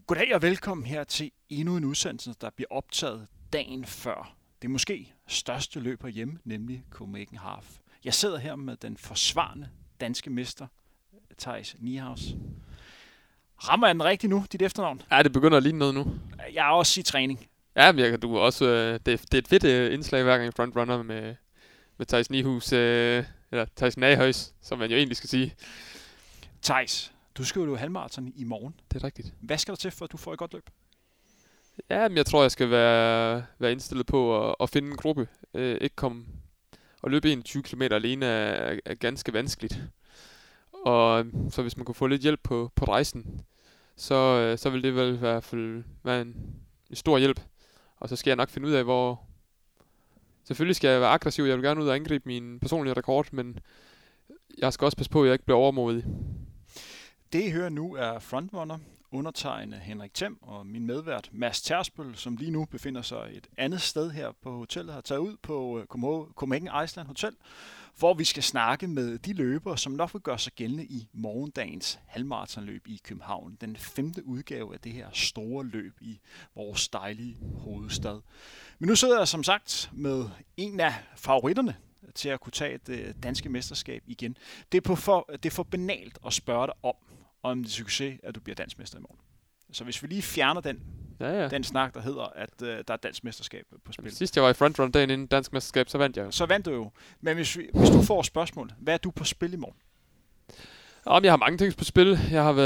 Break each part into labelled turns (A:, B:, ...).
A: Goddag og velkommen her til endnu en udsendelse, der bliver optaget dagen før. Det er måske største løb herhjemme, nemlig Copenhagen Half. Jeg sidder her med den forsvarende danske mester, Theis Niehaus. Rammer jeg den rigtigt nu, dit efternavn?
B: Ja, det begynder at ligne noget nu.
A: Jeg er også i træning.
B: Ja, men du er også, det er et fedt indslag hver gang i frontrunner med Theis Niehaus, eller Theis Niehaus, som man jo egentlig skal sige.
A: Theis, du skal jo løbe halvmarathon i morgen.
B: Det er rigtigt.
A: Hvad skal der til, for at du får et godt løb?
B: Ja, men jeg tror, jeg skal være indstillet på at finde en gruppe. Ikke komme og løbe 21 km alene er ganske vanskeligt. Og så hvis man kunne få lidt hjælp på rejsen, så vil det vel i hvert fald være en stor hjælp. Og så skal jeg nok finde ud af, hvor... Selvfølgelig skal jeg være aggressiv. Jeg vil gerne ud og angribe min personlige rekord, men jeg skal også passe på, at jeg ikke bliver overmodig.
A: Det I hører nu er frontrunner, undertegnet Henrik Thiem og min medvært Mads Tersbøl, som lige nu befinder sig et andet sted her på hotellet, har taget ud på Copenhagen Iceland Hotel, hvor vi skal snakke med de løbere, som nok vil gøre sig gældende i morgendagens halvmarathonløb i København. Den 5. udgave af det her store løb i vores dejlige hovedstad. Men nu sidder jeg som sagt med en af favoritterne til at kunne tage et danske mesterskab igen. Det er for banalt at spørge dig om det er succes, at du bliver dansk mester i morgen. Så hvis vi lige fjerner den snak, der hedder, at der er dansk mesterskab på spil.
B: Sidst jeg var i frontrun dagen inden dansk mesterskab, så vandt jeg jo.
A: Så vandt du jo. Men hvis du får spørgsmål, hvad er du på spil i morgen?
B: Jeg har mange ting på spil. Jeg har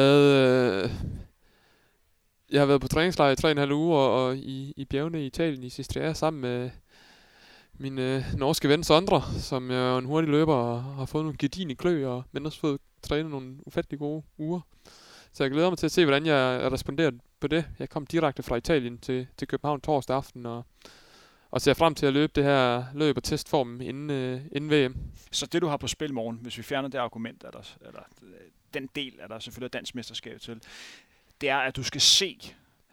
B: været på træningslejr i 3,5 uger og i bjergene i Italien i Sistria sammen med min norske ven Sondre, som er en hurtig løber og har fået nogle gedigne klø, men også fået trænet nogle ufattelig gode uger. Så jeg glæder mig til at se, hvordan jeg responderer på det. Jeg kom direkte fra Italien til København torsdag aften og ser frem til at løbe det her løb og testformen inden VM.
A: Så det, du har på spil i morgen, hvis vi fjerner det argument, eller den del er der selvfølgelig dansk mesterskab til, det er, at du skal se,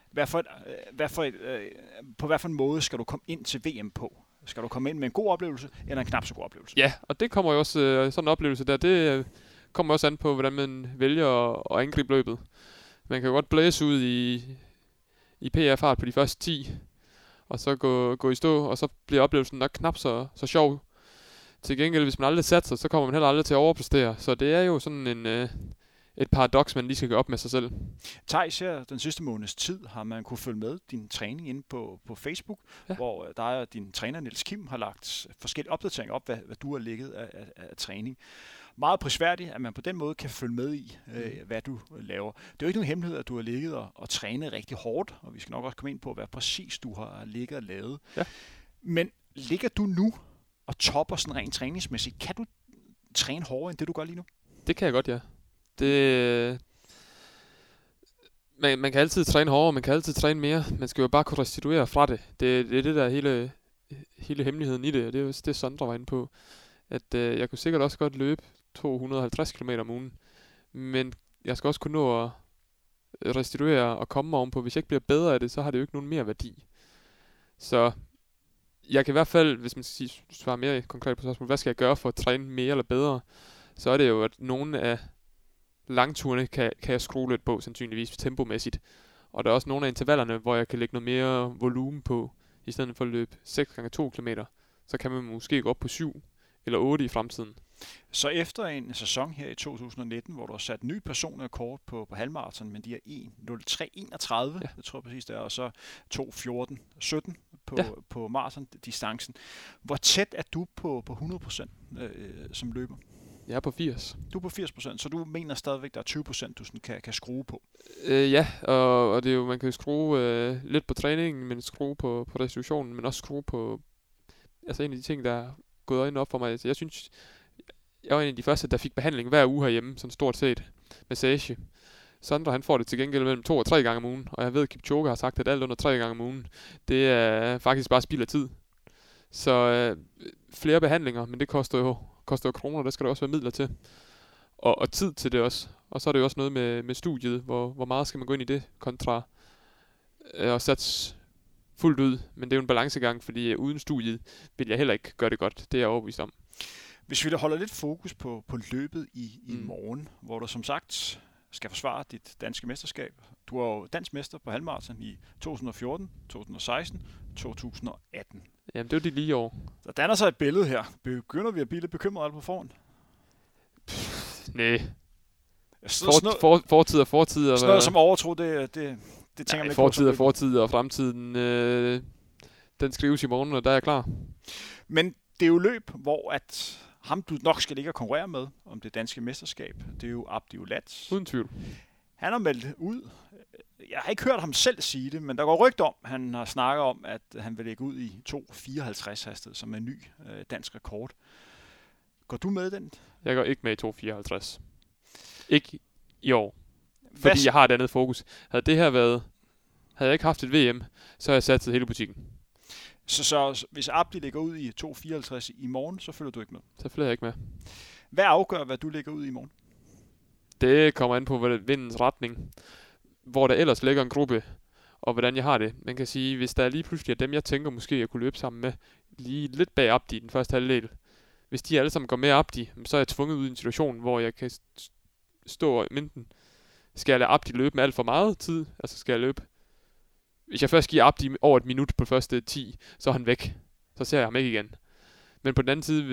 A: på hvad for en måde skal du komme ind til VM på. Skal du komme ind med en god oplevelse, eller en knap så god oplevelse?
B: Ja, og det kommer jo også, sådan en oplevelse der, det kommer også an på, hvordan man vælger at angribe løbet. Man kan jo godt blæse ud i PR-fart på de første 10, og så gå i stå, og så bliver oplevelsen nok knap så sjov. Til gengæld, hvis man aldrig satser, så kommer man heller aldrig til at overpræstere. Så det er jo sådan et paradoks, man lige skal gøre op med sig selv.
A: Theis, her den sidste måneds tid har man kunne følge med din træning inde på Facebook, hvor der din træner Niels Kim har lagt forskellige opdateringer op, hvad du har ligget af træning. Meget prisværdigt, at man på den måde kan følge med i, hvad du laver. Det er jo ikke nogen hemmelighed, at du har ligget og trænet rigtig hårdt, og vi skal nok også komme ind på, hvad præcis du har ligget og lavet. Ja. Men ligger du nu og topper sådan rent træningsmæssigt? Kan du træne hårdere end det, du gør lige nu?
B: Det kan jeg godt, ja. Man kan altid træne hårdere, man kan altid træne mere. Man skal jo bare kunne restituere fra det. Det er det der hele hemmeligheden i det, og det er jo det, Sondre var inde på. At jeg kunne sikkert også godt løbe 250 km om ugen, men jeg skal også kunne nå at restituere og komme ovenpå. Hvis jeg ikke bliver bedre af det, så har det jo ikke nogen mere værdi. Så jeg kan i hvert fald, hvis man skal svare mere konkret på spørgsmålet, hvad skal jeg gøre for at træne mere eller bedre, så er det jo, at nogle af langturene kan jeg skrue lidt på, sandsynligvis tempomæssigt. Og der er også nogle af intervallerne, hvor jeg kan lægge noget mere volumen på, i stedet for at løbe 6x2 km, så kan man måske gå op på 7 eller 8 i fremtiden.
A: Så efter en sæson her i 2019, hvor du har sat ny personrekord på halvmarathon, men de er 1:03:31, det tror jeg præcis det er, og så 2:14:17 på maratondistancen. Hvor tæt er du på 100% som løber?
B: Jeg er på 80.
A: Du er på 80%, så du mener stadigvæk, der er 20%, du sådan kan skrue på?
B: Ja, og det er jo, man kan skrue lidt på træningen, men skrue på restitutionen, men også skrue på, altså en af de ting, der er gået øjnene op for mig. Jeg synes, jeg var en af de første, der fik behandling hver uge herhjemme, sådan stort set, massage. Sondre, han får det til gengæld mellem 2 og 3 gange om ugen, og jeg ved, at Kipchoge har sagt, at alt under 3 gange om ugen, det er faktisk bare spild af tid. Så flere behandlinger, men det koster jo kroner, der skal der også være midler til. Og tid til det også. Og så er det jo også noget med studiet, hvor meget skal man gå ind i det, kontra at satse fuldt ud. Men det er jo en balancegang, fordi uden studiet vil jeg heller ikke gøre det godt. Det er jeg overbevist om.
A: Hvis vi da holder lidt fokus på løbet i morgen, hvor der som sagt skal forsvare dit danske mesterskab. Du er jo dansk mester på halvmarathon i 2014, 2016, 2018.
B: Jamen, det er jo de lige år.
A: Der danner sig et billede her. Begynder vi at blive lidt bekymrede på forhånd?
B: Nej.
A: Fortid
B: og fortid.
A: Sådan noget som overtro, det tænker man ikke
B: på. Fortid og fremtiden, den skrives i morgen, og der er jeg klar.
A: Men det er jo løb, hvor at ham du nok skal ligge og konkurrere med om det danske mesterskab. Det er jo Abdi Aulat.
B: Uden tvivl.
A: Han har meldt ud. Jeg har ikke hørt ham selv sige det, men der går rygter om, han har snakket om, at han vil lægge ud i 2.54 hastighed, som er en ny dansk rekord. Går du med den?
B: Jeg går ikke med i 2.54. Ikke i år. Fordi jeg har et andet fokus. Havde jeg ikke haft et VM, så har jeg satset hele butikken.
A: Så hvis Abdi ligger ud i 2.54 i morgen, så følger du ikke med?
B: Så følger jeg ikke med.
A: Hvad afgør, hvad du ligger ud i morgen?
B: Det kommer an på vindens retning. Hvor der ellers ligger en gruppe, og hvordan jeg har det. Man kan sige, hvis der er lige pludselig af dem, jeg tænker måske, jeg kunne løbe sammen med, lige lidt bag Abdi i den første halvdel. Hvis de alle sammen går med Abdi, så er jeg tvunget ud i en situation, hvor jeg kan stå i midten. Skal jeg lade Abdi løbe med alt for meget tid? Altså skal jeg løbe? Hvis jeg først giver Abdi over et minut på første 10, så er han væk. Så ser jeg ham ikke igen. Men på den anden side,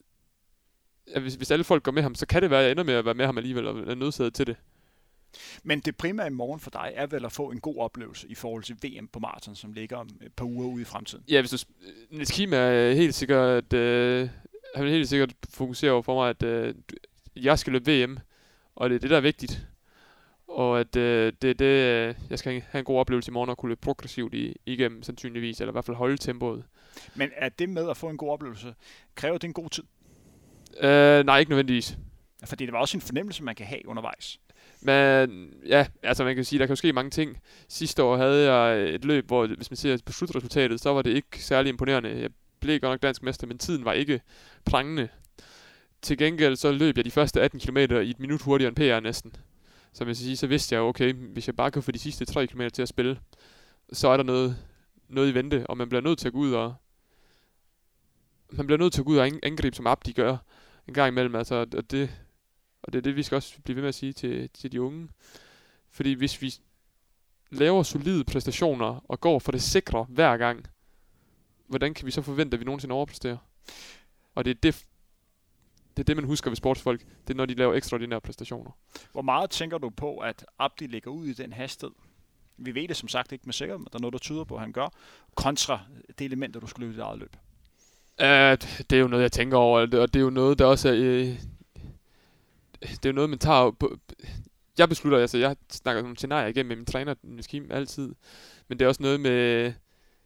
B: hvis alle folk går med ham, så kan det være, at jeg ender med at være med ham alligevel, og er nødsaget til det.
A: Men det primære i morgen for dig er vel at få en god oplevelse i forhold til VM på maraton, som ligger om et par uger ude i fremtiden.
B: Ja, Niels Kim er helt sikkert, han vil helt sikkert fokusere over for mig, at jeg skal løbe VM, og det er det, der er vigtigt. Og at jeg skal have en god oplevelse i morgen og kunne løbe progressivt igennem sandsynligvis, eller i hvert fald holde tempoet.
A: Men er det med at få en god oplevelse, kræver det en god tid?
B: Nej, ikke nødvendigvis.
A: Fordi det var også en fornemmelse, man kan have undervejs.
B: Men ja, altså man kan sige, der kan jo ske mange ting. Sidste år havde jeg et løb, hvor hvis man ser på slutresultatet, så var det ikke særlig imponerende. Jeg blev godt nok dansk mester, men tiden var ikke prangende. Til gengæld så løb jeg de første 18 km i et minut hurtigere end PR næsten. Så man sige, så vidste jeg jo, okay, hvis jeg bare kan få de sidste 3 km til at spille, så er der noget i vente, og man bliver nødt til at gå ud og angribe, som Abdi gør en gang imellem. Altså, og det er det, vi skal også blive ved med at sige til de unge. Fordi hvis vi laver solide præstationer og går for det sikre hver gang, hvordan kan vi så forvente, at vi nogensinde overpræsterer? Og det er det, man husker ved sportsfolk. Det er, når de laver ekstraordinære præstationer. Hvor
A: meget tænker du på, at Abdi ligger ud i den hastighed? Vi ved det som sagt ikke med sikkerhed, men der er noget, der tyder på, at han gør, kontra det element, du skulle løbe i dit eget løb.
B: Det er jo noget, jeg tænker over, og det er jo noget, der også er... det er jo noget, man tager på... Jeg beslutter, altså jeg snakker nogle scenarier igennem med min træner, Niels Kim, altid. Men det er også noget med...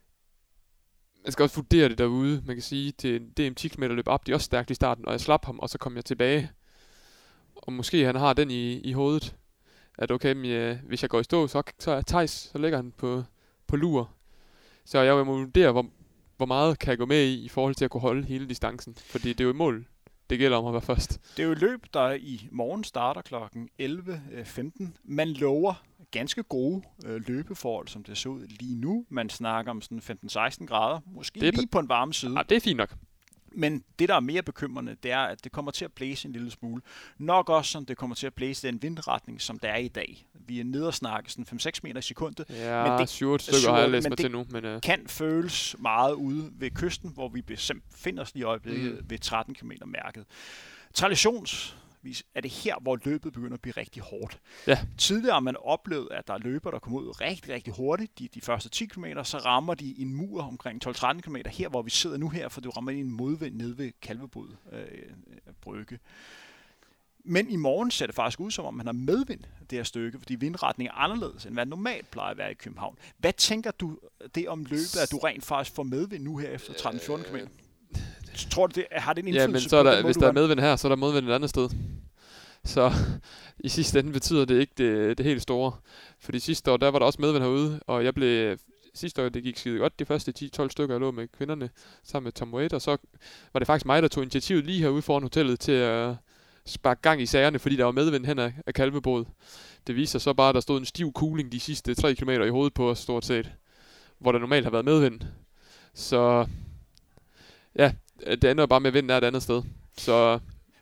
B: Man skal også vurdere det derude. Man kan sige, til DM 10 km løb Abdi også stærkt i starten, og jeg slap ham, og så kom jeg tilbage. Og måske han har den i hovedet, at okay, hvis jeg går i stå, så er Theis, så ligger han på lur. Så jeg må vurdere, hvor meget kan jeg gå med i forhold til at kunne holde hele distancen. Fordi det er jo et mål. Det gælder om at være først.
A: Det er jo et løb, der i morgen starter kl. 11.15. Man lover ganske gode løbeforhold, som det ser ud lige nu. Man snakker om sådan 15-16 grader. Måske lige på en varme side.
B: Ja, det er fint nok.
A: Men det, der er mere bekymrende, det er, at det kommer til at blæse en lille smule. Nok også, som det kommer til at blæse den vindretning, som der er i dag. Vi er nede og snakke sådan 5-6 meter i sekundet.
B: Ja, men det, 7 stykker har jeg læst mig til nu. Men
A: kan føles meget ude ved kysten, hvor vi befinder os lige i øjeblikket ved 13 km mærket. Traditionsvis er det her, hvor løbet begynder at blive rigtig hårdt. Ja. Tidligere har man oplevet, at der er løber, der kommer ud rigtig, rigtig hurtigt. De første 10 km, så rammer de en mur omkring 12-13 km. Her, hvor vi sidder nu her, for du rammer en modvind nede ved Kalvebod Brygge. Men i morgen ser det faktisk ud, som om man har medvind det her stykke, fordi vindretningen er anderledes, end hvad normalt plejer at være i København. Hvad tænker du det om løbet, at du rent faktisk får medvind nu her efter 13-14 km? Tror du, har det en indflydelse
B: men så på hvis der er medvind her, så er der modvind et andet sted. Så i sidste ende betyder det ikke det helt store. Fordi sidste år, der var der også medvind herude, og jeg blev... Sidste år, det gik skide godt. De første 10-12 stykker, jeg lå med kvinderne sammen med Tom Wade, og så var det faktisk mig, der tog initiativet lige herude foran hotellet til at sparke gang i sagerne, fordi der var medvind hen af Kalvebod. Det viser sig så bare, at der stod en stiv cooling de sidste 3 km i hovedet på os, stort set. Hvor der normalt har været medvind. Så ja, det ender bare med, at vinden er et andet sted. Så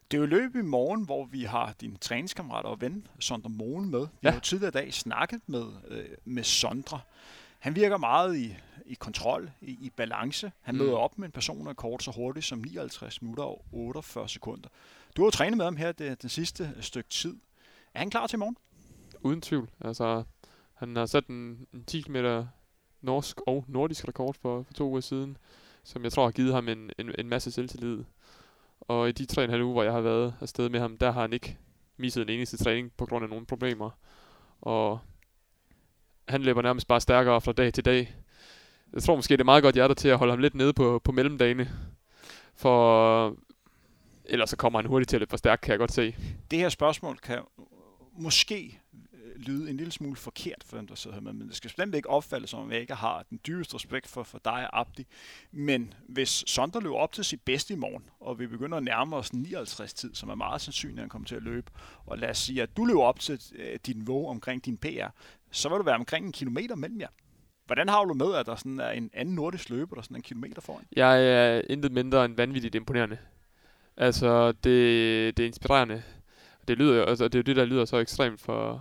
A: Det er jo løb i morgen, hvor vi har din træningskammerat og ven, Sondre Moen, med. Vi har jo tidligere i dag snakket med Sondre. Han virker meget i kontrol, i balance. Han møder op med en personrekord så hurtigt som 59 minutter og 48 sekunder. Du har jo trænet med ham her den sidste stykke tid. Er han klar til i morgen?
B: Uden tvivl. Altså, han har sat en 10 km norsk og nordisk rekord for 2 uger siden, som jeg tror har givet ham en masse selvtillid. Og i de 3,5 uger, hvor jeg har været afsted med ham, der har han ikke misset en eneste træning på grund af nogle problemer. Og han løber nærmest bare stærkere fra dag til dag. Jeg tror måske, det er meget godt hjertet til at holde ham lidt nede på mellemdagene. For ellers så kommer han hurtigt til at løbe for stærkt, kan jeg godt se.
A: Det her spørgsmål kan måske lyde en lille smule forkert for dem, der sidder her med, men det skal bestemt ikke opfattes som, at jeg ikke har den dybeste respekt for dig og Abdi. Men hvis Sondre løber op til sit bedste i morgen, og vi begynder at nærme os 59 tid, som er meget sandsynligt, at han kommer til at løbe, og lad os sige, at du løber op til dit niveau omkring din PR, så vil du være omkring 1 kilometer mellem jer. Hvordan har du med, at der sådan er en anden nordisk løber, der sådan 1 kilometer foran?
B: Jeg er intet mindre end vanvittigt imponerende. Altså, det er inspirerende. Det lyder, altså, det er jo det, der lyder så ekstremt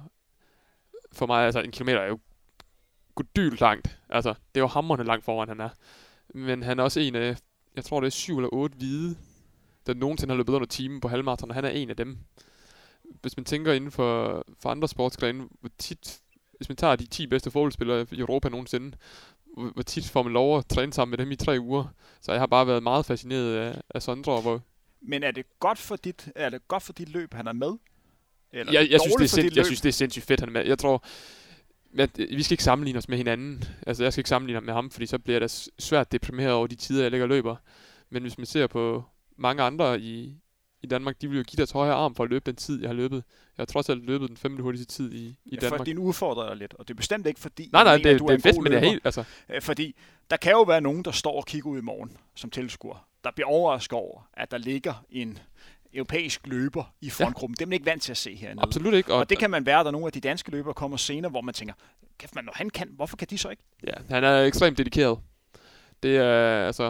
B: for mig. Altså, 1 kilometer er jo goddylt langt. Altså, det er jo hamrende langt foran, han er. Men han er også en af, jeg tror det er 7 eller 8 hvide, der nogensinde har løbet under timen på halvmarathon, og han er en af dem. Hvis man tænker inden for andre sportsgrene, hvor tit, hvis man tager de 10 bedste fodboldspillere i Europa nogensinde, hvor tit får man lov at træne sammen med dem i 3 uger. Så jeg har bare været meget fascineret af Sondre. Men
A: er det godt for dit løb, han er med?
B: Eller jeg synes, det er sindssygt fedt, han er med. Jeg tror, at vi skal ikke sammenligne os med hinanden. Altså, jeg skal ikke sammenligne ham med ham, fordi så bliver det svært deprimeret over de tider, jeg lægger løber. Men hvis man ser på mange andre i Danmark, de vil jo give deres højre arm for at løbe den tid, jeg har løbet. Jeg har trods alt løbet den 5. hurtigste tid i Danmark.
A: For din udfordrer dig lidt, og det er bestemt ikke fordi...
B: Nej, det er fedt, men det er helt... Altså.
A: Fordi der kan jo være nogen, der står og kigger ud i morgen som tilskuer, der bliver overrasket over, at der ligger en europæisk løber i frontgruppen. Det er man ikke vant til at se hernede.
B: Absolut ikke.
A: Og det kan man være, at der nogle af de danske løbere kommer senere, hvor man tænker, kæft man, når han kan, hvorfor kan de så ikke?
B: Ja, han er ekstremt dedikeret. Det er, altså...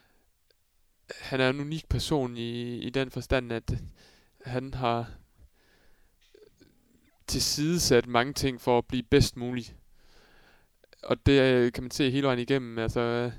B: Han er en unik person i den forstand, at han har tilsidesat mange ting for at blive bedst muligt. Og det kan man se hele vejen igennem. Altså,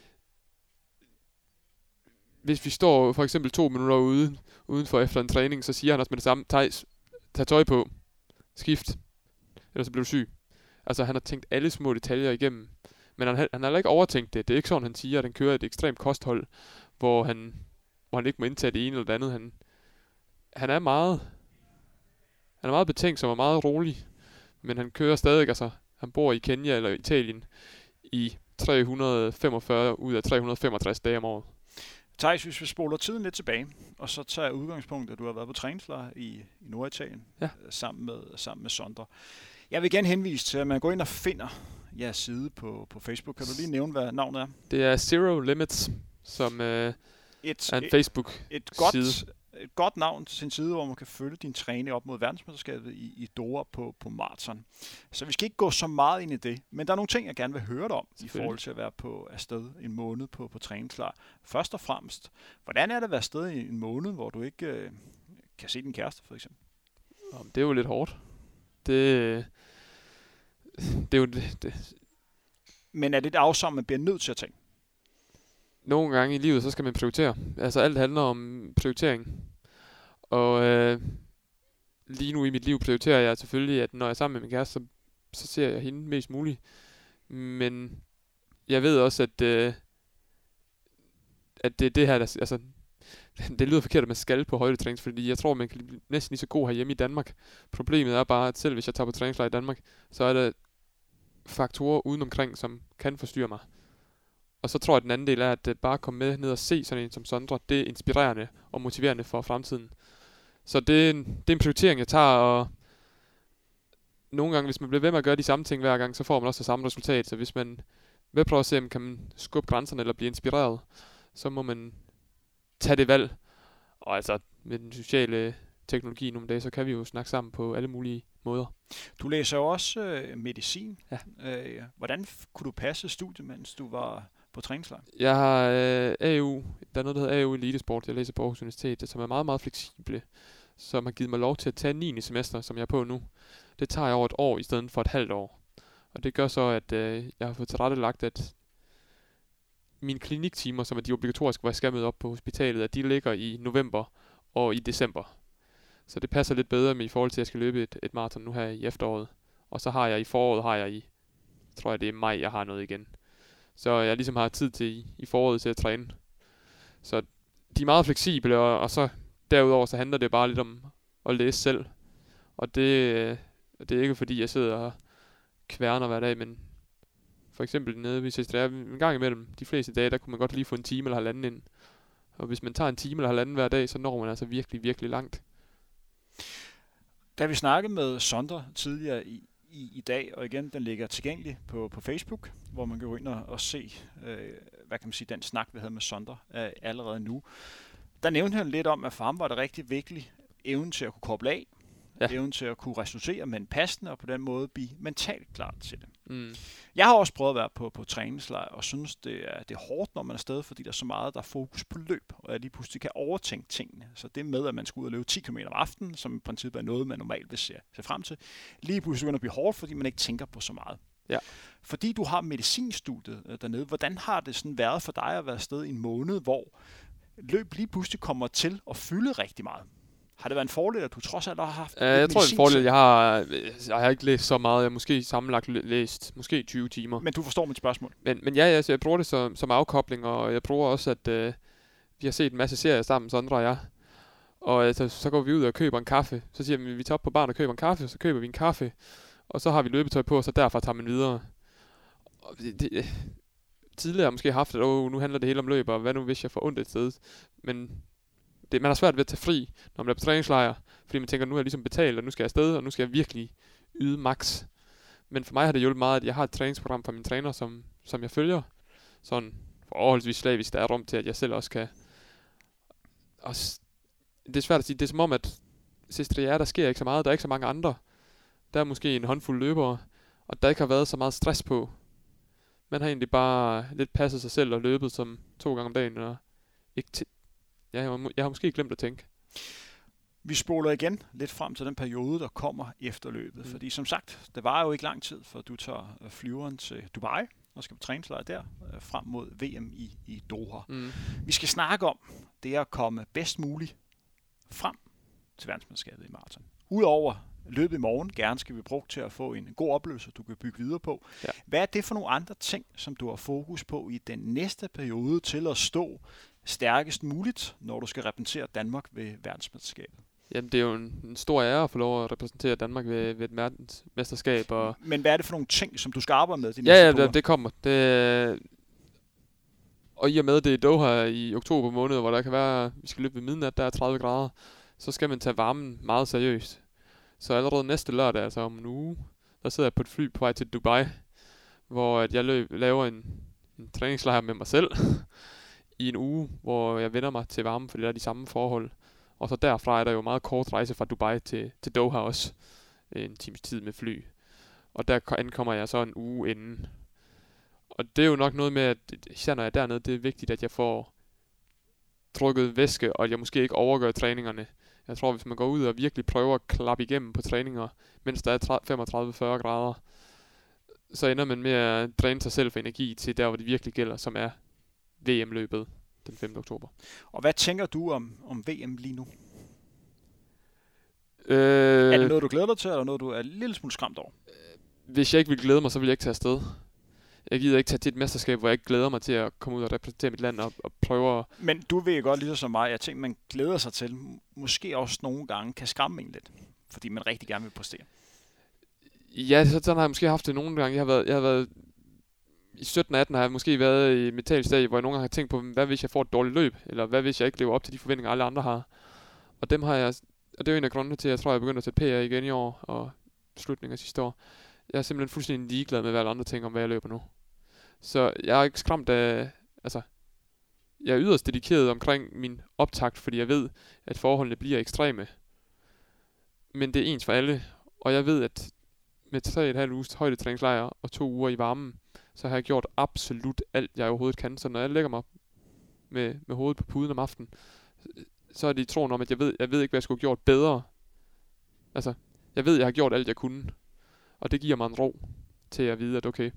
B: hvis vi står for eksempel 2 minutter udenfor efter en træning, så siger han også med det samme, Theis, tag tøj på, skift, ellers så bliver du syg. Altså, han har tænkt alle små detaljer igennem. Men han har heller ikke overtænkt det. Det er ikke sådan, han siger, at han kører et ekstremt kosthold, hvor han ikke må indtage det ene eller det andet. Han er meget betænksom og meget rolig, men han kører stadig, altså han bor i Kenya eller Italien i 345 ud af 365 dage om året.
A: Theis, hvis vi spoler tiden lidt tilbage, og så tager udgangspunkt, at du har været på træningslejr i Norditalien sammen med Sondre. Jeg vil igen henvise til, at man går ind og finder jeres side på Facebook. Kan du lige nævne, hvad navnet er?
B: Det er Zero Limits, som er en Facebook-side.
A: Et godt navn til sin side, hvor man kan følge din træning op mod verdensmesterskabet i Doha på maraton. Så vi skal ikke gå så meget ind i det, men der er nogle ting, jeg gerne vil høre dig om, i forhold til at være afsted en måned på træningslejr. Først og fremmest, hvordan er det at være afsted i en måned, hvor du ikke kan se din kæreste, for eksempel?
B: Det er jo lidt hårdt. Det er jo det.
A: Men er det et afsavn, man bliver nødt til at tage?
B: Nogle gange i livet, så skal man prioritere. Altså alt handler om prioritering. Og lige nu i mit liv prioriterer jeg selvfølgelig, at når jeg er sammen med min kæreste, så ser jeg hende mest muligt. Men jeg ved også, at det her, altså, det lyder forkert, at man skal på højdetræning, fordi jeg tror, man kan blive næsten lige så god herhjemme i Danmark. Problemet er bare, at selv hvis jeg tager på træningslejr i Danmark, så er der faktorer udenomkring, som kan forstyrre mig. Og så tror jeg, at den anden del er, at bare komme med ned og se sådan en som Sondre, det er inspirerende og motiverende for fremtiden. Så det er en prioritering, jeg tager, og nogle gange, hvis man bliver ved med at gøre de samme ting hver gang, så får man også det samme resultat. Så hvis man vil prøve at se, om kan man skubbe grænserne eller blive inspireret, så må man tage det valg. Og altså, med den sociale teknologi nogle dage, så kan vi jo snakke sammen på alle mulige måder.
A: Du læser jo også medicin.
B: Ja.
A: Hvordan kunne du passe studiet, mens du var på træningslejr?
B: Jeg har AU, der er noget, der hedder AU Elitesport, jeg læser på Aarhus Universitet, som er meget, meget fleksible, som har givet mig lov til at tage 9. semester, som jeg er på nu. Det tager jeg over et år i stedet for et halvt år. Og det gør så, at jeg har fået tilrettelagt, at mine kliniktimer, som er de obligatoriske, hvor jeg skal møde op på hospitalet, at de ligger i november og i december. Så det passer lidt bedre med i forhold til, at jeg skal løbe et maraton nu her i efteråret. Og så har jeg i foråret, tror jeg det er maj, jeg har noget igen. Så jeg ligesom har tid til i foråret til at træne. Så de er meget fleksible, og så derudover så handler det bare lidt om at læse selv. Og det er ikke fordi, jeg sidder og kværner hver dag, men for eksempel nede, hvis jeg er en gang imellem, de fleste dage, der kunne man godt lige få en time eller halvanden ind. Og hvis man tager en time eller halvanden hver dag, så når man altså virkelig, virkelig langt.
A: Da vi snakkede med Sondre tidligere i dag, og igen, den ligger tilgængelig på Facebook, hvor man kan gå ind og se, hvad kan man sige, den snak, vi havde med Sondre allerede nu. Der nævnte han lidt om, at for ham var det rigtig vigtigt, evnen til at kunne koble af, evnen til at kunne resultere med en passende, og på den måde blive mentalt klar til det.
B: Mm.
A: Jeg har også prøvet at være på træningslejr, og synes, det er hårdt, når man er afsted, fordi der er så meget, der er fokus på løb, og jeg lige pludselig kan overtænke tingene. Så det med, at man skal ud og løbe 10 km om aftenen, som i princippet er noget, man normalt vil se frem til, lige pludselig begynder at blive hårdt, fordi man ikke tænker på så meget.
B: Ja.
A: Fordi du har medicinstudiet dernede, hvordan har det sådan været for dig at være afsted i en måned, hvor løb lige pludselig kommer til at fylde rigtig meget? Har det været en fordel, at du trods alt har haft
B: jeg tror, det er en fordel. Jeg har ikke læst så meget. Jeg har måske sammenlagt læst måske 20 timer.
A: Men du forstår mit spørgsmål.
B: Men ja, altså, jeg bruger det som afkobling, og jeg bruger også, at vi har set en masse serier sammen, Sondre og jeg. Og altså, så går vi ud og køber en kaffe. Så siger vi tager op på baren og køber en kaffe, så køber vi en kaffe. Og så har vi løbetøj på, og så derfra tager man videre. Og tidligere har jeg måske haft, at nu handler det hele om løb, og hvad nu hvis jeg får ondt et sted. Men man har svært ved at tage fri, når man er på træningslejr, fordi man tænker, nu er jeg ligesom betalt, og nu skal jeg afsted, og nu skal jeg virkelig yde max. Men for mig har det hjulpet meget, at jeg har et træningsprogram fra min træner, som jeg følger. Sådan forholdsvis slavisk, der er rum til, at jeg selv også kan. Og det er svært at sige, det er som om, at der sker ikke så meget, der er ikke så mange andre. Der er måske en håndfuld løbere, og der ikke har været så meget stress på. Man har egentlig bare lidt passet sig selv og løbet som 2 gange om dagen, og ikke jeg har måske glemt at tænke.
A: Vi spoler igen lidt frem til den periode, der kommer efter løbet. Fordi som sagt, det var jo ikke lang tid, for du tager flyveren til Dubai og skal på træningslejr der frem mod VM i Doha. Mm. Vi skal snakke om det at komme bedst muligt frem til verdensmesterskabet i maraton. Udover løbet i morgen, gerne skal vi bruge til at få en god oplevelse, du kan bygge videre på. Ja. Hvad er det for nogle andre ting, som du har fokus på i den næste periode til at stå stærkest muligt, når du skal repræsentere Danmark ved verdensmesterskabet?
B: Jamen, det er jo en stor ære at få lov at repræsentere Danmark ved et verdensmesterskab.
A: Men hvad er det for nogle ting, som du skal arbejde med de næste uger?
B: Ja, det kommer. Og i og med, det er Doha i oktober måned, hvor der kan være, vi skal løbe ved midnat, der er 30 grader, så skal man tage varmen meget seriøst. Så allerede næste lørdag, altså om en uge, der sidder jeg på et fly på vej til Dubai, hvor jeg laver en træningslejr med mig selv i en uge, hvor jeg vender mig til varme, fordi der er de samme forhold. Og så derfra er der jo meget kort rejse fra Dubai til Doha også. En times tid med fly. Og der ankommer jeg så en uge inden. Og det er jo nok noget med, at især når jeg er dernede, det er vigtigt, at jeg får drukket væske, og at jeg måske ikke overgør træningerne. Jeg tror, hvis man går ud og virkelig prøver at klappe igennem på træninger, mens der er 35-40 grader, så ender man med at dræne sig selv for energi til der, hvor det virkelig gælder, som er VM-løbet den 5. oktober.
A: Og hvad tænker du om VM lige nu? Er det noget, du glæder dig til, eller noget, du er en lille smule skræmt over?
B: Hvis jeg ikke vil glæde mig, så vil jeg ikke tage afsted. Jeg gider ikke tage til et mesterskab, hvor jeg ikke glæder mig til at komme ud og repræsentere mit land og prøve at... Men
A: du ved godt, lige som mig, jeg tænker, man glæder sig til, måske også nogle gange kan skræmme en lidt, fordi man rigtig gerne vil præstere.
B: Ja, sådan har jeg måske haft det nogle gange. Jeg har været i 17-18 har jeg måske været i metalstadie, hvor jeg nogle gange har tænkt på, hvad hvis jeg får et dårligt løb, eller hvad hvis jeg ikke lever op til de forventninger, alle andre har. Og dem har jeg, og det er jo en af grundene til, at jeg tror, jeg begynder at sætte PR igen i år, og slutningen af sidste år. Jeg er simpelthen fuldstændig ligeglad med, hvad alle andre tænker om, hvad jeg løber nu. Så jeg er ikke skræmt af, altså, jeg er yderst dedikeret omkring min optakt, fordi jeg ved, at forholdene bliver ekstreme. Men det er ens for alle, og jeg ved, at med 3,5 uges højdetræningslejr og 2 uger i varmen, så har jeg gjort absolut alt, jeg overhovedet kan. Så når jeg lægger mig med hovedet på puden om aftenen, så er det i troen om, at jeg ved ikke, hvad jeg skulle have gjort bedre. Altså, jeg ved, jeg har gjort alt, jeg kunne. Og det giver mig en ro til at vide, at okay,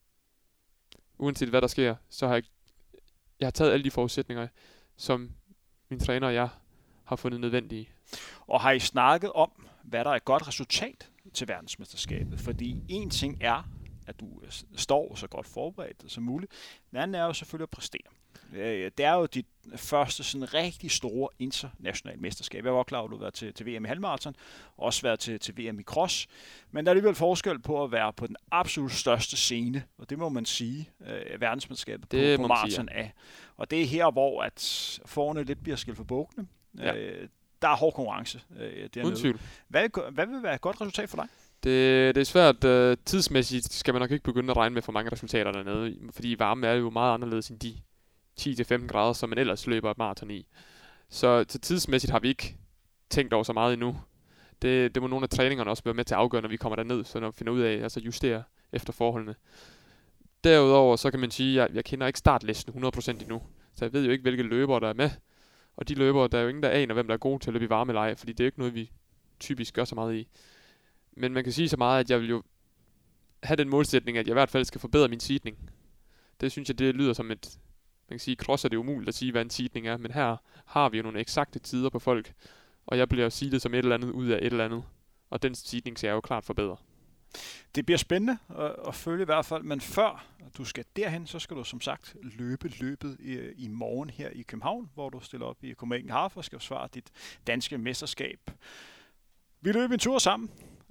B: uanset hvad der sker, så har jeg har taget alle de forudsætninger, som min træner og jeg har fundet nødvendige.
A: Og har I snakket om, hvad der er et godt resultat til verdensmesterskabet? Fordi en ting er, at du står så godt forberedt som muligt. Den anden er jo selvfølgelig at præstere. Det er jo dit første sådan rigtig store internationale mesterskab. Jeg var klar, at du har været til VM i halvmarathon, og også været til VM i cross. Men der er alligevel forskel på at være på den absolut største scene, og det må man sige, verdensmesterskabet på marathon af. Og det er her, hvor at forerne lidt bliver skilt for bukkene. Ja. Der er hård konkurrence dernede. Hvad vil være et godt resultat for dig?
B: Det er svært. Tidsmæssigt skal man nok ikke begynde at regne med for mange resultater dernede, fordi varme er jo meget anderledes end de 10-15 grader, som man ellers løber et maraton i. Så tidsmæssigt har vi ikke tænkt over så meget endnu. Det må nogle af træningerne også være med til at afgøre, når vi kommer derned, så når vi finder ud af at justere efter forholdene. Derudover så kan man sige, at jeg kender ikke startlisten 100% endnu, så jeg ved jo ikke, hvilke løbere der er med. Og de løbere, der er jo ingen, der aner, hvem der er gode til at løbe i varmeleje, fordi det er ikke noget, vi typisk gør så meget i. Men man kan sige så meget, at jeg vil jo have den målsætning, at jeg i hvert fald skal forbedre min seedning. Det synes jeg, det lyder som et... Man kan sige, cross er det umuligt at sige, hvad en seedning er, men her har vi jo nogle eksakte tider på folk, og jeg bliver seedet som et eller andet ud af et eller andet, og den seedning skal jeg jo klart forbedre.
A: Det bliver spændende at følge i hvert fald, men før du skal derhen, så skal du som sagt løbe løbet i morgen her i København, hvor du stiller op i Copenhagen Half og skal forsvare dit danske mesterskab. Vi løb en tur sammen.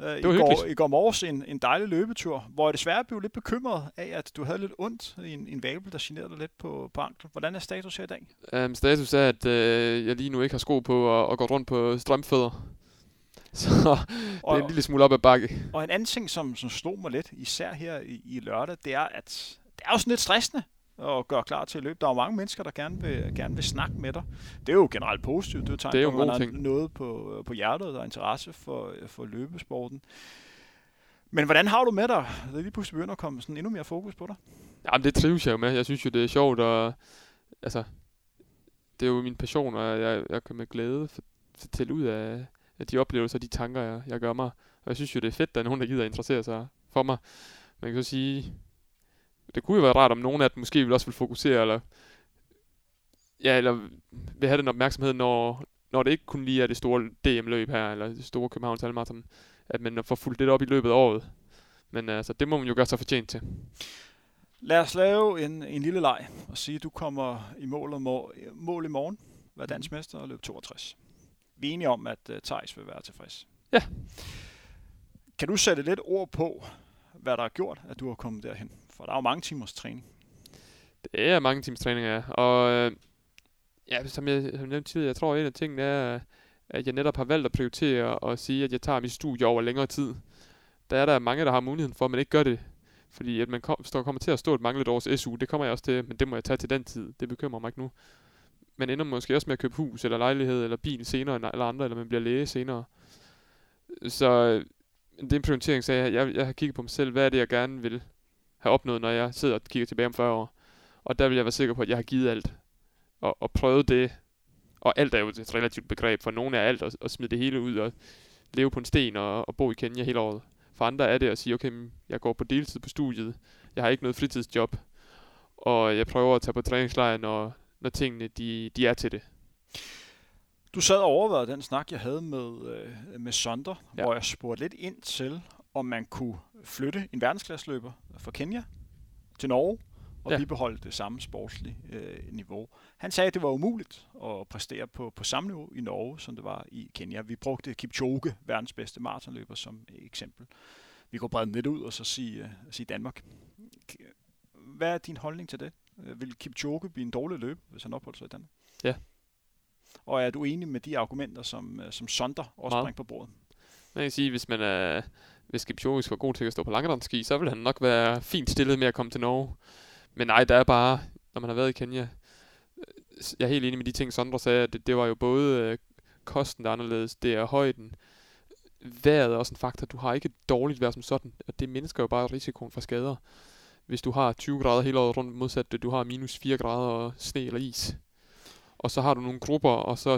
A: I går morges en dejlig løbetur, hvor jeg desværre blev lidt bekymret af, at du havde lidt ondt i en vabel, der generede dig lidt på anklen. Hvordan er status her i dag?
B: Status er, at jeg lige nu ikke har sko på og går rundt på strømfødder. Så det er en lille smule op ad bakke.
A: Og en anden ting, som slog mig lidt, især her i lørdag, det er, at det er jo sådan lidt stressende at gøre klar til at løbe. Der er jo mange mennesker, der gerne vil snakke med dig. Det er jo generelt positivt. Det er jo tegn, at man har noget på hjertet og interesse for løbesporten. Men hvordan har du med dig? Det er lige pludselig begyndt at komme sådan endnu mere fokus på dig.
B: Jamen, det trives jeg jo med. Jeg synes jo, det er sjovt, og altså, det er jo min passion, og jeg kan med glæde fortælle ud af de oplevelser og de tanker, jeg gør mig. Og jeg synes jo, det er fedt, at der er nogen, der gider at interessere sig for mig. Man kan så sige, det kunne jo være rart, om nogen af dem måske vil også vil fokusere, eller vil have den opmærksomhed, når det ikke kun lige er det store DM-løb her, eller det store Københavns halvmarathon, at man får fulgt lidt op i løbet af året. Men altså, det må man jo gøre sig fortjent til.
A: Lad os lave en lille leg og sige, at du kommer i mål i morgen, være dansk mester og løbe 62. Vi er enige om, at Theis vil være tilfreds.
B: Ja.
A: Kan du sætte lidt ord på, hvad der har gjort, at du har kommet derhen? For der er jo mange timers træning.
B: Det er mange timers træning, ja. Og som jeg nævnte tidligere, jeg tror, at en af tingene er, at jeg netop har valgt at prioritere og sige, at jeg tager mit studie over længere tid. Der er der mange, der har muligheden for, at man ikke gør det. Fordi at man kommer til at stå et manglet års SU, det kommer jeg også til, men det må jeg tage til den tid. Det bekymrer mig ikke nu. Man ender måske også med at købe hus, eller lejlighed, eller bil senere, eller andre, eller man bliver læge senere. Så det er en prioritering, så jeg har kigget på mig selv, hvad er det, jeg gerne vil have opnået, når jeg sidder og kigger tilbage om 40 år. Og der vil jeg være sikker på, at jeg har givet alt. Og prøvet det. Og alt er jo et relativt begreb. For nogle er alt at smide det hele ud og leve på en sten og bo i Kenya hele året. For andre er det at sige, okay, jeg går på deltid på studiet. Jeg har ikke noget fritidsjob. Og jeg prøver at tage på træningslejr, når tingene de er til det.
A: Du sad og overvejede den snak, jeg havde med Sonder, ja, hvor jeg spurgte lidt ind til, om man kunne flytte en verdensklasseløber fra Kenya til Norge og bibeholde det samme sportslige niveau. Han sagde, at det var umuligt at præstere på samme niveau i Norge, som det var i Kenya. Vi brugte Kipchoge, verdens bedste maratonløber, som eksempel. Vi kunne brede den lidt ud og så sige Danmark. Hvad er din holdning til det? Vil Kipchoge blive en dårlig løber, hvis han opholder sig i Danmark?
B: Ja.
A: Og er du enig med de argumenter, som Sonder også bringer på bordet?
B: Man kan sige, hvis Kipchoge skal være god til at stå på langrendsski, så vil han nok være fint stillet med at komme til Norge. Men nej, der er bare, når man har været i Kenya, jeg er helt enig med de ting, Sonder sagde, at det var jo både kosten, der er anderledes, det er højden, vejret er også en faktor. Du har ikke et dårligt vejr som sådan, og det mindsker jo bare risikoen for skader. hvis du har 20 grader hele året rundt, modsat det, du har minus 4 grader og sne eller is. Og så har du nogle grupper, og så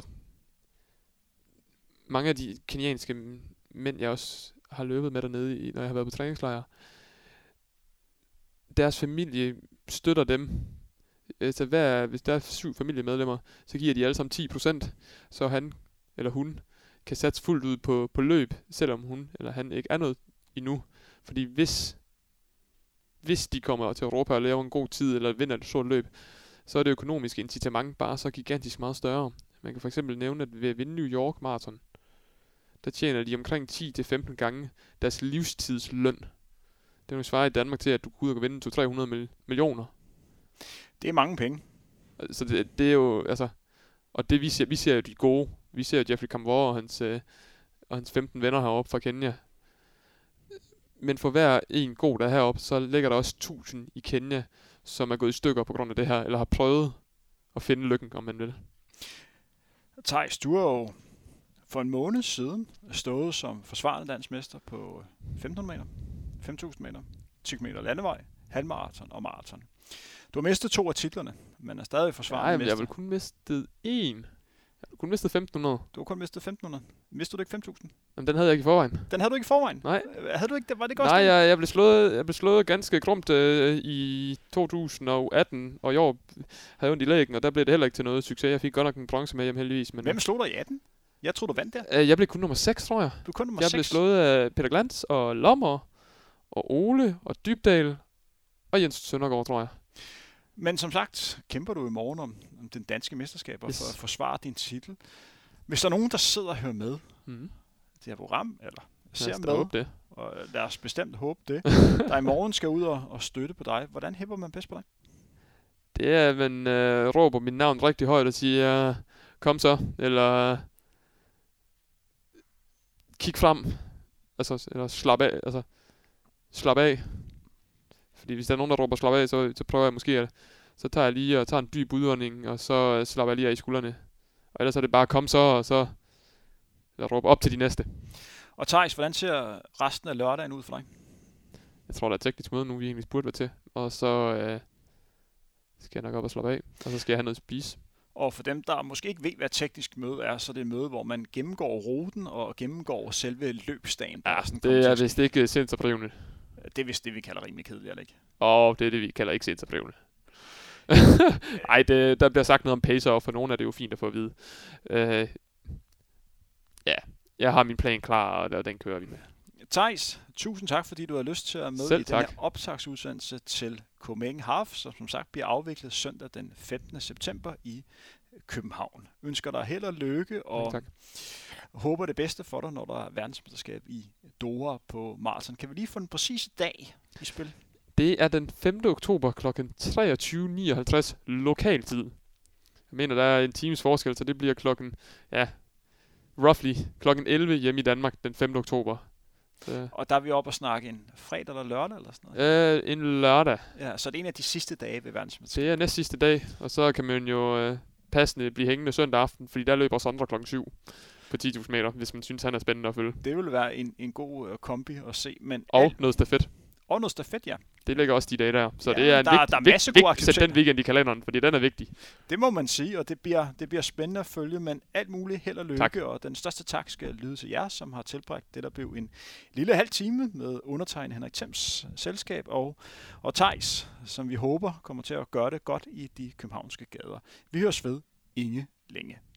B: mange af de kenyanske mænd, jeg også har løbet med dernede, når jeg har været på træningslejr, deres familie støtter dem. Så hvis der er 7 familiemedlemmer, så giver de alle sammen 10%, så han eller hun kan satse fuldt ud på løb, selvom hun eller han ikke er noget endnu. Fordi hvis de kommer til Europa og laver en god tid, eller vinder et stort løb, så er det økonomiske incitament bare så gigantisk meget større. Man kan for eksempel nævne, at ved at vinde New York Marathon, der tjener de omkring 10-15 gange deres livstidsløn. Det er jo svaret i Danmark til, at du kan ud og vinde 200-300 millioner.
A: Det er mange penge.
B: Så det er jo, altså, og det vi ser jo de gode. Vi ser jo Jeffrey Kamworor og hans 15 venner heroppe fra Kenya. Men for hver en god, der er heroppe, så ligger der også 1000 i Kenya, som er gået i stykker på grund af det her, eller har prøvet at finde lykken, om man vil.
A: Theis, du har jo for en måned siden stået som forsvarende landsmester på 1500 meter, 5000 meter, 10 meter landevej, halvmarathon og marathon. Du har mistet 2 af titlerne, men er stadig forsvarende mester.
B: Jeg har vel kun mistet 1. Jeg har kun mistet 1500.
A: Du har kun mistet 1500. Mistede du ikke 5000?
B: Jamen, den havde jeg ikke i forvejen.
A: Den havde du ikke i forvejen?
B: Nej.
A: Havde du ikke? Var det godt?
B: Nej, jeg blev slået ganske grumt i 2018, og i år havde jeg ondt i lægen, og der blev det heller ikke til noget succes. Jeg fik godt nok en bronze med hjem heldigvis. Men
A: hvem slog dig i 18? Jeg tror du vandt der.
B: Jeg blev kun nummer 6, tror jeg.
A: Du kun nummer 6?
B: Jeg blev slået af Peter Glantz og Lommer og Ole og Dybdal og Jens Søndergaard, tror jeg.
A: Men som sagt, kæmper du i morgen om den danske mesterskaber for at forsvare din titel. Hvis der er nogen, der sidder og hører med det her program, eller ser med,
B: det.
A: og lad os bestemt håbe det, der i morgen skal ud og støtte på dig, hvordan hæpper man bedst på dig?
B: Det er, at man råber mit navn rigtig højt og siger, kom så, eller kig frem, altså, eller slap af. Fordi hvis der er nogen, der råber slap af, så prøver jeg måske, så tager jeg lige og tager en dyb udånding, og så slapper jeg lige af i skuldrene. Og ellers er det bare, kom så, og så eller råbe op til de næste.
A: Og Theis, hvordan ser resten af lørdagen ud for dig?
B: Jeg tror, der er teknisk møde nu, vi egentlig burde være til. Og så skal jeg nok op og slappe af, og så skal jeg have noget at spise.
A: Og for dem, der måske ikke ved, hvad teknisk møde er, så er det et møde, hvor man gennemgår ruten og gennemgår selve løbsdagen.
B: Ja, det er vist ikke sindsoprivende.
A: Det er vist det, vi kalder rimelig kedeligt, eller ikke?
B: Det er det, vi kalder ikke sindsoprivende. Ej, der bliver sagt noget om pacer, og for nogle er det jo fint at få at vide. Jeg har min plan klar, og den kører vi med.
A: Theis, tusind tak, fordi du har lyst til at med i den her optagsudsendelse til Copenhagen Half, som sagt bliver afviklet søndag den 15. september i København. Ønsker dig held og lykke, og håber det bedste for dig, når der er verdensmesterskab i Doha på maraton. Kan vi lige få den præcise dag i spil?
B: Det er den 5. oktober kl. 23.59 lokaltid. Jeg mener, der er en times forskel, så det bliver roughly klokken 11 hjemme i Danmark den 5. oktober.
A: Og der er vi oppe og snakke en fredag eller lørdag eller sådan noget?
B: En lørdag.
A: Ja, så det er en af de sidste dage ved verdensmesterskabet.
B: Det er næst sidste dag, og så kan man jo passende blive hængende søndag aften, fordi der løber Sondre klokken 7 på 10.000 meter, hvis man synes, han er spændende at følge.
A: Det vil være en god kombi at se. Men
B: noget stafet.
A: Og noget stafet, ja.
B: Det ligger også de dage der. Så det
A: er en der er masse gode aktiviteter.
B: Sæt den weekend i kalenderen, fordi den er vigtig.
A: Det må man sige, og det bliver spændende at følge, men alt muligt held og lykke.
B: Tak.
A: Og den største tak skal lyde til jer, som har tilbragt det, der blev en lille halv time med undertegnet Henrik Thems selskab og Theis, som vi håber kommer til at gøre det godt i de københavnske gader. Vi høres ved Inge længe.